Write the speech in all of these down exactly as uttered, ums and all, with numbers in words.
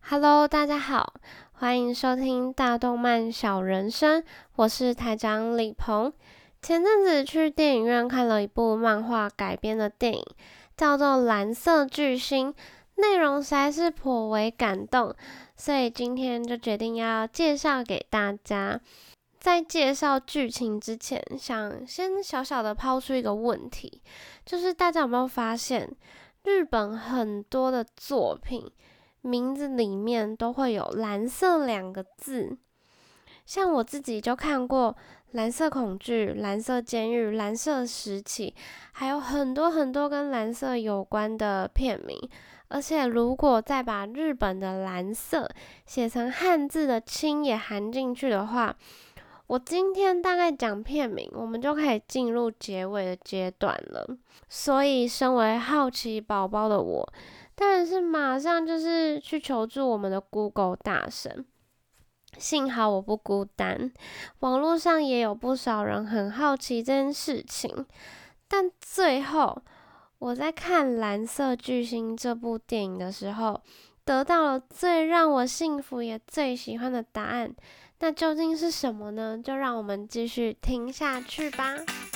Hello，大家好，欢迎收听大动漫小人生，我是台长李鹏。前阵子去电影院看了一部漫画改编的电影，叫做《蓝色巨星》，内容实在是颇为感动，所以今天就决定要介绍给大家。在介绍剧情之前，想先小小的抛出一个问题，就是大家有没有发现，日本很多的作品名字里面都会有蓝色两个字，像我自己就看过蓝色恐惧、蓝色监狱、蓝色时期，还有很多很多跟蓝色有关的片名。而且如果再把日本的蓝色写成汉字的青也含进去的话，我今天大概讲片名，我们就可以进入结尾的阶段了。所以身为好奇宝宝的我，当然是马上就是去求助我们的 Google 大神。幸好我不孤单，网络上也有不少人很好奇这件事情。但最后我在看《蓝色巨星》这部电影的时候，得到了最让我幸福也最喜欢的答案。那究竟是什么呢？就让我们继续听下去吧。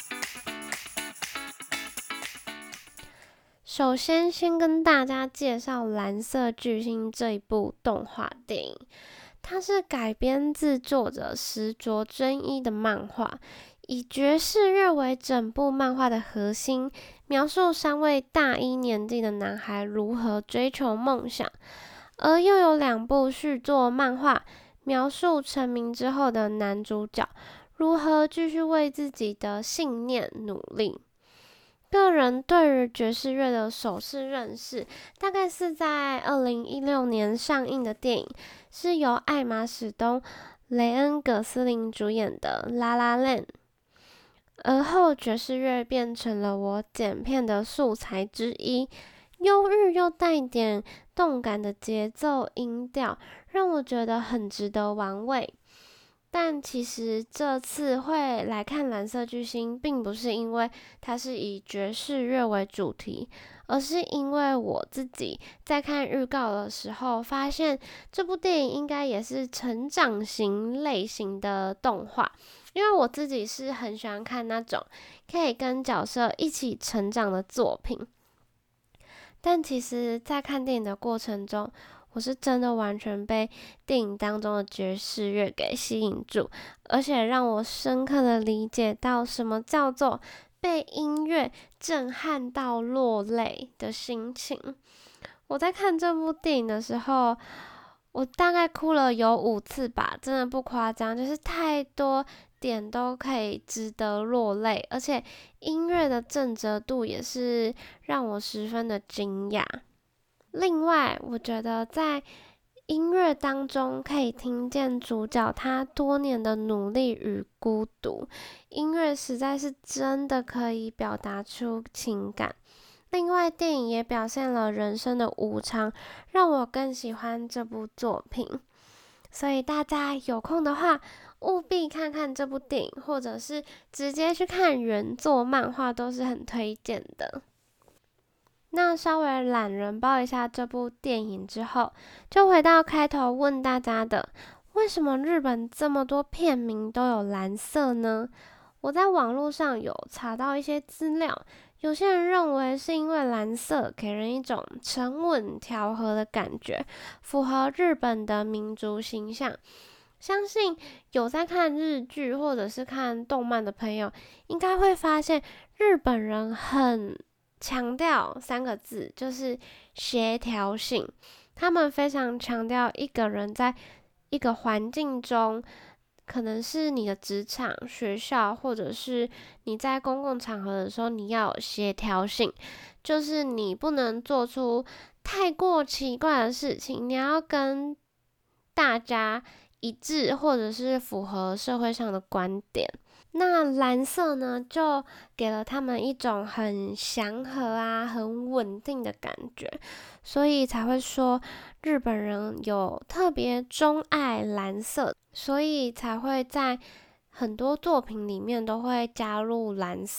首先，先跟大家介绍《蓝色巨星》这一部动画电影。它是改编自作者石卓真一的漫画，以爵士乐为整部漫画的核心，描述三位大一年纪的男孩如何追求梦想，而又有两部续作漫画，描述成名之后的男主角如何继续为自己的信念努力。个人对于爵士乐的首次认识，大概是在二零一六年上映的电影，是由艾玛史东、雷恩·葛斯林主演的《La La Land》。而后爵士乐变成了我剪片的素材之一，忧郁又带点动感的节奏音调，让我觉得很值得玩味。但其实这次会来看蓝色巨星，并不是因为它是以爵士乐为主题，而是因为我自己在看预告的时候，发现这部电影应该也是成长型类型的动画，因为我自己是很喜欢看那种可以跟角色一起成长的作品。但其实在看电影的过程中，我是真的完全被电影当中的爵士乐给吸引住，而且让我深刻的理解到什么叫做被音乐震撼到落泪的心情。我在看这部电影的时候，我大概哭了有五次吧，真的不夸张，就是太多点都可以值得落泪，而且音乐的正则度也是让我十分的惊讶。另外，我觉得在音乐当中可以听见主角他多年的努力与孤独，音乐实在是真的可以表达出情感。另外，电影也表现了人生的无常，让我更喜欢这部作品。所以大家有空的话，务必看看这部电影，或者是直接去看原作漫画，都是很推荐的。那稍微懒人包一下这部电影之后，就回到开头问大家的，为什么日本这么多片名都有蓝色呢？我在网络上有查到一些资料，有些人认为是因为蓝色给人一种沉稳调和的感觉，符合日本的民族形象。相信有在看日剧或者是看动漫的朋友，应该会发现日本人很强调三个字，就是协调性。他们非常强调一个人在一个环境中，可能是你的职场、学校，或者是你在公共场合的时候，你要有协调性，就是你不能做出太过奇怪的事情，你要跟大家一致，或者是符合社会上的观点。那蓝色呢，就给了他们一种很祥和啊、很稳定的感觉，所以才会说日本人有特别钟爱蓝色，所以才会在很多作品里面都会加入蓝色。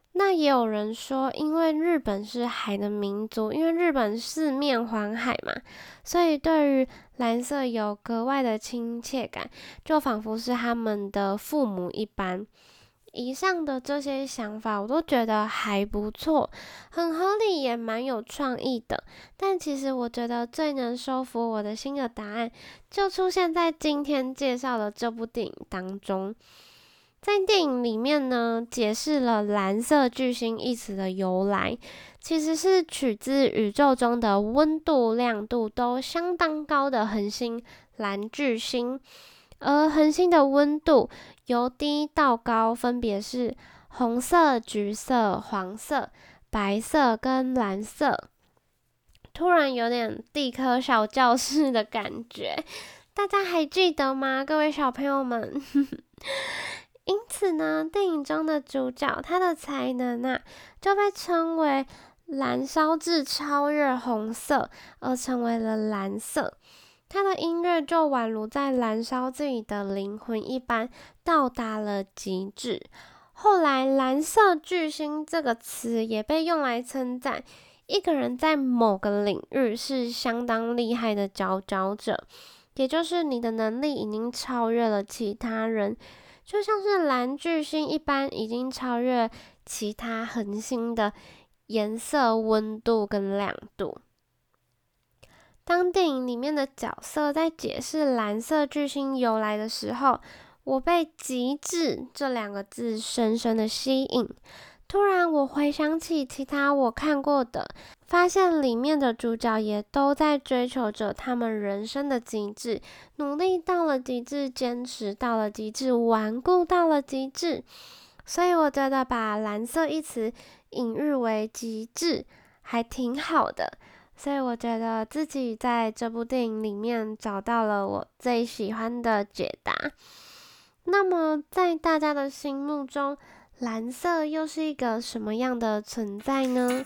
那也有人说，因为日本是海的民族，因为日本四面环海嘛，所以对于蓝色有格外的亲切感，就仿佛是他们的父母一般。以上的这些想法我都觉得还不错，很合理，也蛮有创意的。但其实我觉得最能收服我的心的答案，就出现在今天介绍的这部电影当中。在电影里面呢，解释了蓝色巨星一词的由来，其实是取自宇宙中的温度、亮度都相当高的恒星蓝巨星。而恒星的温度由低到高分别是红色、橘色、黄色、白色跟蓝色。突然有点地科小教室的感觉，大家还记得吗？各位小朋友们。因此呢，电影中的主角他的才能啊，就被称为燃烧至超越红色，而成为了蓝色。他的音乐就宛如在燃烧自己的灵魂一般，到达了极致。后来，蓝色巨星这个词也被用来称赞一个人在某个领域是相当厉害的佼佼者，也就是你的能力已经超越了其他人。就像是蓝巨星一般，已经超越其他恒星的颜色、温度跟亮度。当电影里面的角色在解释蓝色巨星由来的时候，我被极致这两个字深深的吸引。突然我回想起其他我看过的，发现里面的主角也都在追求着他们人生的极致，努力到了极致，坚持到了极致，顽固到了极致。所以我觉得把蓝色一词隐喻为极致还挺好的，所以我觉得自己在这部电影里面找到了我最喜欢的解答。那么在大家的心目中，蓝色又是一个什么样的存在呢？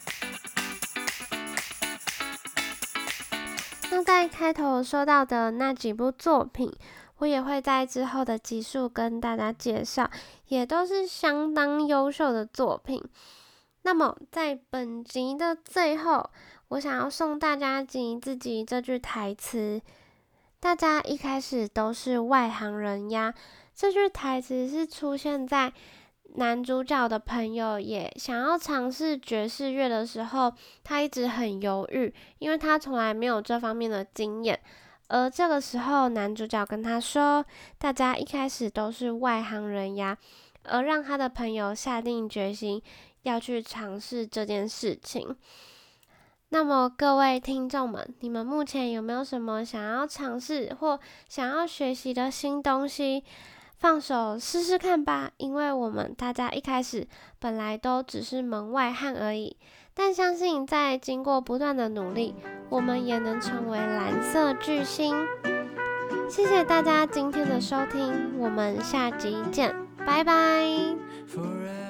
那在开头说到的那几部作品，我也会在之后的集数跟大家介绍，也都是相当优秀的作品。那么在本集的最后，我想要送大家及自己这句台词：大家一开始都是外行人呀。这句台词是出现在男主角的朋友也想要尝试爵士乐的时候，他一直很犹豫，因为他从来没有这方面的经验。而这个时候，男主角跟他说，大家一开始都是外行人呀，而让他的朋友下定决心要去尝试这件事情。那么各位听众们，你们目前有没有什么想要尝试或想要学习的新东西？放手试试看吧，因为我们大家一开始本来都只是门外汉而已，但相信在经过不断的努力，我们也能成为蓝色巨星。谢谢大家今天的收听，我们下集见，拜拜。